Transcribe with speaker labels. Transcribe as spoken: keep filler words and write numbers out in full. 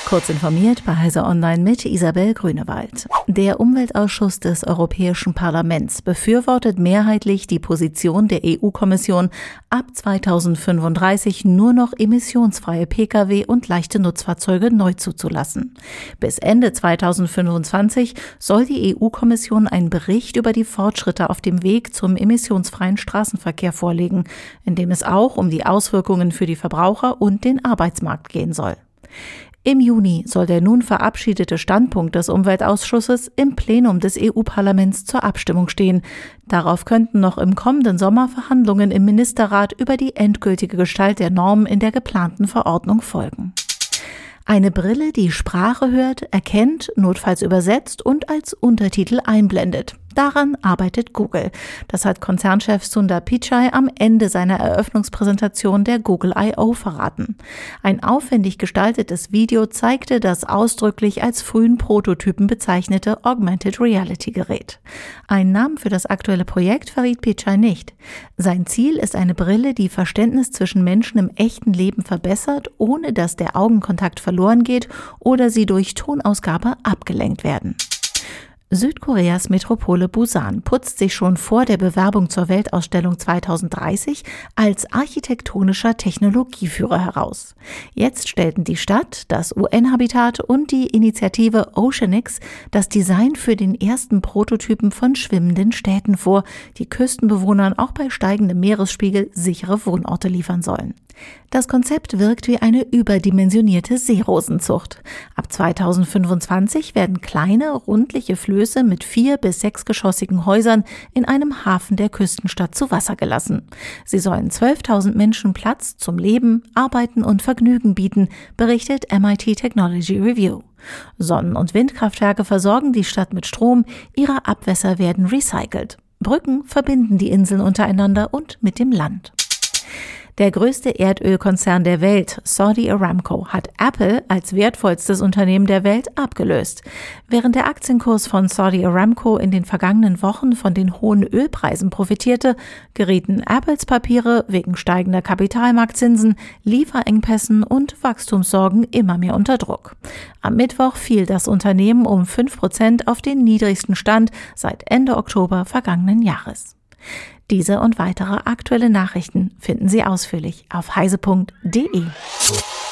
Speaker 1: Kurz informiert bei Heise Online mit Isabel Grünewald. Der Umweltausschuss des Europäischen Parlaments befürwortet mehrheitlich die Position der E U-Kommission, ab zweitausendfünfunddreißig nur noch emissionsfreie Pkw und leichte Nutzfahrzeuge neu zuzulassen. Bis Ende zweitausendfünfundzwanzig soll die E U-Kommission einen Bericht über die Fortschritte auf dem Weg zum emissionsfreien Straßenverkehr vorlegen, in dem es auch um die Auswirkungen für die Verbraucher und den Arbeitsmarkt gehen soll. Im Juni soll der nun verabschiedete Standpunkt des Umweltausschusses im Plenum des E U-Parlaments zur Abstimmung stehen. Darauf könnten noch im kommenden Sommer Verhandlungen im Ministerrat über die endgültige Gestalt der Normen in der geplanten Verordnung folgen. Eine Brille, die Sprache hört, erkennt, notfalls übersetzt und als Untertitel einblendet. Daran arbeitet Google. Das hat Konzernchef Sundar Pichai am Ende seiner Eröffnungspräsentation der Google I O verraten. Ein aufwendig gestaltetes Video zeigte das ausdrücklich als frühen Prototypen bezeichnete Augmented Reality Gerät. Einen Namen für das aktuelle Projekt verriet Pichai nicht. Sein Ziel ist eine Brille, die Verständnis zwischen Menschen im echten Leben verbessert, ohne dass der Augenkontakt verloren geht oder sie durch Tonausgabe abgelenkt werden. Südkoreas Metropole Busan putzt sich schon vor der Bewerbung zur Weltausstellung zweitausenddreißig als architektonischer Technologieführer heraus. Jetzt stellten die Stadt, das U N-Habitat und die Initiative Oceanix das Design für den ersten Prototypen von schwimmenden Städten vor, die Küstenbewohnern auch bei steigendem Meeresspiegel sichere Wohnorte liefern sollen. Das Konzept wirkt wie eine überdimensionierte Seerosenzucht. Ab zweitausendfünfundzwanzig werden kleine, rundliche Flöße mit vier- bis sechsgeschossigen Häusern in einem Hafen der Küstenstadt zu Wasser gelassen. Sie sollen zwölftausend Menschen Platz zum Leben, Arbeiten und Vergnügen bieten, berichtet M I T Technology Review. Sonnen- und Windkraftwerke versorgen die Stadt mit Strom, ihre Abwässer werden recycelt. Brücken verbinden die Inseln untereinander und mit dem Land. Der größte Erdölkonzern der Welt, Saudi Aramco, hat Apple als wertvollstes Unternehmen der Welt abgelöst. Während der Aktienkurs von Saudi Aramco in den vergangenen Wochen von den hohen Ölpreisen profitierte, gerieten Apples Papiere wegen steigender Kapitalmarktzinsen, Lieferengpässen und Wachstumssorgen immer mehr unter Druck. Am Mittwoch fiel das Unternehmen um fünf Prozent auf den niedrigsten Stand seit Ende Oktober vergangenen Jahres. Diese und weitere aktuelle Nachrichten finden Sie ausführlich auf heise punkt de.